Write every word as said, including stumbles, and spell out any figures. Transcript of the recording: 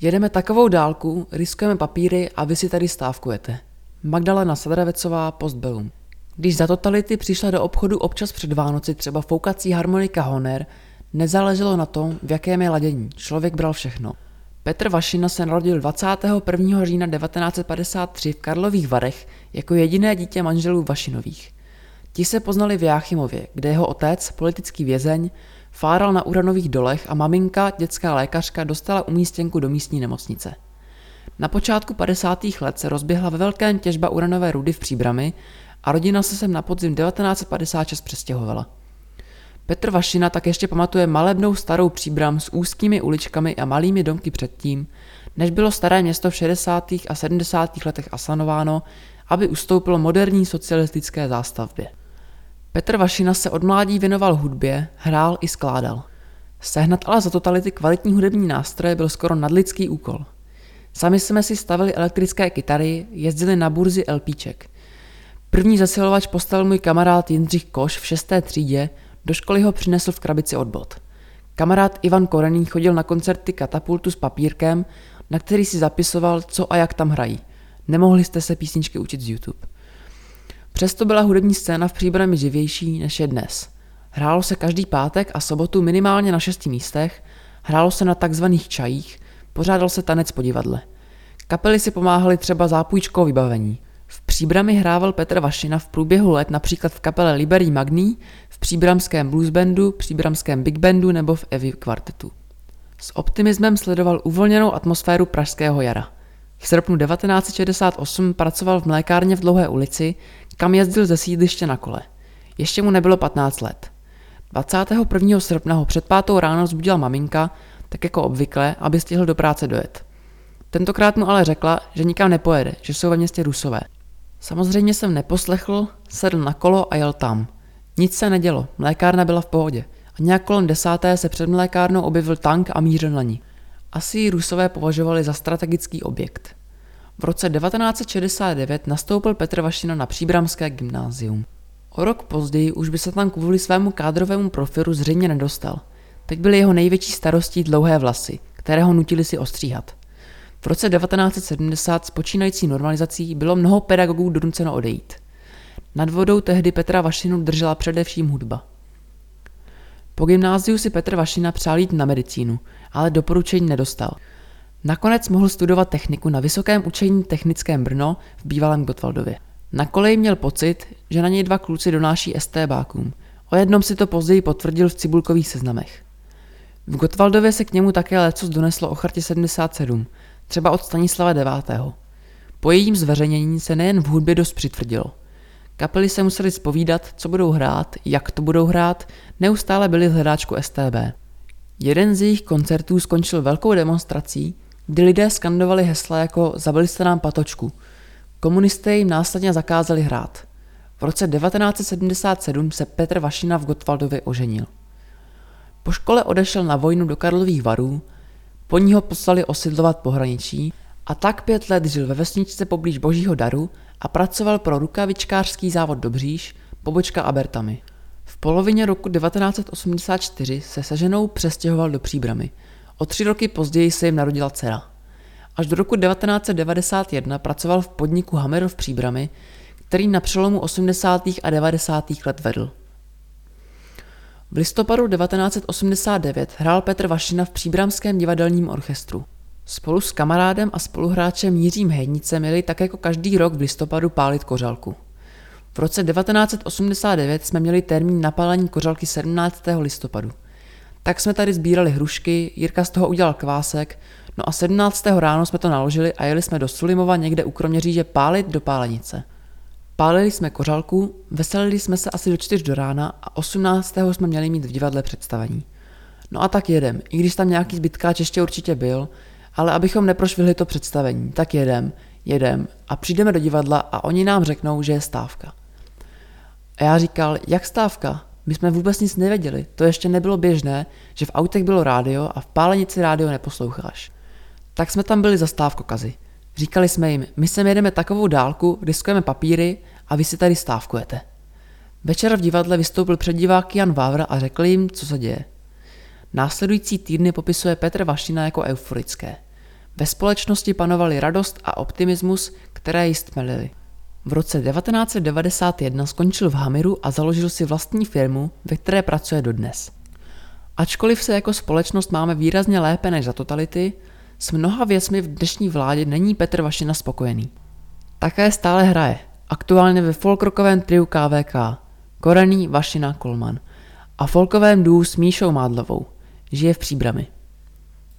Jedeme takovou dálku, riskujeme papíry a vy si tady stávkujete. Magdalena Sadravecová, Postbellum. Když za totality přišla do obchodu občas před Vánoci třeba foukací harmonika Honer, nezáleželo na tom, v jakém je ladění, člověk bral všechno. Petr Vašina se narodil dvacátého prvního října devatenáct set padesát tři v Karlových Varech jako jediné dítě manželů Vašinových. Ti se poznali v Jáchymově, kde jeho otec, politický vězeň, fáral na uranových dolech a maminka, dětská lékařka, dostala umístěnku do místní nemocnice. Na počátku padesátých let se rozběhla ve velkém těžba uranové rudy v Příbrami a rodina se sem na podzim devatenáct set padesát šest přestěhovala. Petr Vašina tak ještě pamatuje malebnou starou Příbram s úzkými uličkami a malými domky předtím, než bylo staré město v šedesátých a sedmdesátých letech asanováno, aby ustoupilo moderní socialistické zástavbě. Petr Vašina se od mládí věnoval hudbě, hrál i skládal. Sehnat ale za totality kvalitní hudební nástroje byl skoro nadlidský úkol. Sami jsme si stavili elektrické kytary, jezdili na burzy LPček. První zesilovač postavil můj kamarád Jindřich Koš v šesté třídě, do školy ho přinesl v krabici od bot. Kamarád Ivan Korený chodil na koncerty Katapultu s papírkem, na který si zapisoval, co a jak tam hrají. Nemohli jste se písničky učit z YouTube. Přesto byla hudební scéna v Příbrami živější než je dnes. Hrálo se každý pátek a sobotu minimálně na šesti místech, hrálo se na takzvaných čajích, pořádal se tanec po divadle. Kapely si pomáhaly třeba zápůjčkou vybavení. V Příbrami hrával Petr Vašina v průběhu let například v kapele Liberty Magní, v příbramském bluesbandu, příbramském big bandu nebo v Evi kvartetu. S optimismem sledoval uvolněnou atmosféru pražského jara. V srpnu devatenáct set šedesát osm pracoval v mlékárně v Dlouhé ulici, kam jezdil ze sídliště na kole. Ještě mu nebylo patnáct let. dvacátého prvního srpna ho před pátou ráno vzbudila maminka, tak jako obvykle, aby stihl do práce dojet. Tentokrát mu ale řekla, že nikam nepojede, že jsou ve městě Rusové. Samozřejmě jsem neposlechl, sedl na kolo a jel tam. Nic se nedělo, mlékárna byla v pohodě. A nějak kolem desáté se před mlékárnou objevil tank a mířil na ní. Asi ji Rusové považovali za strategický objekt. V roce devatenáct set šedesát devět nastoupil Petr Vašina na příbramské gymnázium. O rok později už by se tam kvůli svému kádrovému profilu zřejmě nedostal. Teď byly jeho největší starostí dlouhé vlasy, které ho nutili si ostříhat. V roce devatenáct set sedmdesát s počínající normalizací bylo mnoho pedagogů donuceno odejít. Nad vodou tehdy Petra Vašinu držela především hudba. Po gymnáziu si Petr Vašina přál jít na medicínu, ale doporučení nedostal. Nakonec mohl studovat techniku na Vysokém učení technickém Brno v bývalém Gottwaldově. Na koleji měl pocit, že na něj dva kluci donáší estébákům. O jednom si to později potvrdil v cibulkových seznamech. V Gottwaldově se k němu také lecos doneslo o chartě sedmdesát sedm, třeba od Stanislava devátého. Po jejím zveřejnění se nejen v hudbě dost přitvrdilo. Kapely se museli zpovídat, co budou hrát, jak to budou hrát, neustále byli v hledáčku S T B. Jeden z jejich koncertů skončil velkou demonstrací, kdy lidé skandovali hesla jako zabili jste nám patočku. Komunisté jim následně zakázali hrát. V roce devatenáct set sedmdesát sedm se Petr Vašina v Gottwaldově oženil. Po škole odešel na vojnu do Karlových Varů, po ní ho poslali osidlovat pohraničí a tak pět let žil ve vesničce poblíž Božího Daru a pracoval pro rukavičkářský závod Dobříš, pobočka Abertami. V polovině roku devatenáct set osmdesát čtyři se se ženou přestěhoval do Příbrami. O tři roky později se jim narodila dcera. Až do roku devatenáct set devadesát jedna pracoval v podniku Hammer v Příbrami, který na přelomu osmdesátých a devadesátých let vedl. V listopadu devatenáct set osmdesát devět hrál Petr Vašina v Příbramském divadelním orchestru. Spolu s kamarádem a spoluhráčem Jiřím Hejnicem měli tak jako každý rok v listopadu pálit kořalku. V roce devatenáct set osmdesát devět jsme měli termín napálení kořalky sedmnáctého listopadu. Tak jsme tady sbírali hrušky, Jirka z toho udělal kvásek, no a sedmnáctého ráno jsme to naložili a jeli jsme do Sulimova někde u Kroměříže pálit do pálenice. Pálili jsme kořalku, veselili jsme se asi do čtyř do rána a osmnáctého jsme měli mít v divadle představení. No a tak jedem, i když tam nějaký zbytkáč ještě určitě byl, ale abychom neprošvihli to představení, tak jedem, jedem a přijdeme do divadla a oni nám řeknou, že je stávka. A já říkal, jak stávka? My jsme vůbec nic nevěděli, to ještě nebylo běžné, že v autech bylo rádio a v pálenici rádio neposloucháš. Tak jsme tam byli za stávkokazy. Říkali jsme jim, my sem jedeme takovou dálku, riskujeme papíry a vy si tady stávkujete. Večer v divadle vystoupil před diváky Jan Vávra a řekl jim, co se děje. Následující týdny popisuje Petr Vašina jako euforické. Ve společnosti panovaly radost a optimismus, které ji stmelily. V roce devatenáct set devadesát jedna skončil v Hamiru a založil si vlastní firmu, ve které pracuje dodnes. Ačkoliv se jako společnost máme výrazně lépe než za totality, s mnoha věcmi v dnešní vládě není Petr Vašina spokojený. Také stále hraje, aktuálně ve folkrockovém triu K V K, Korený, Vašina, Kolman a folkovém duu s Míšou Mádlovou, žije v Příbrami.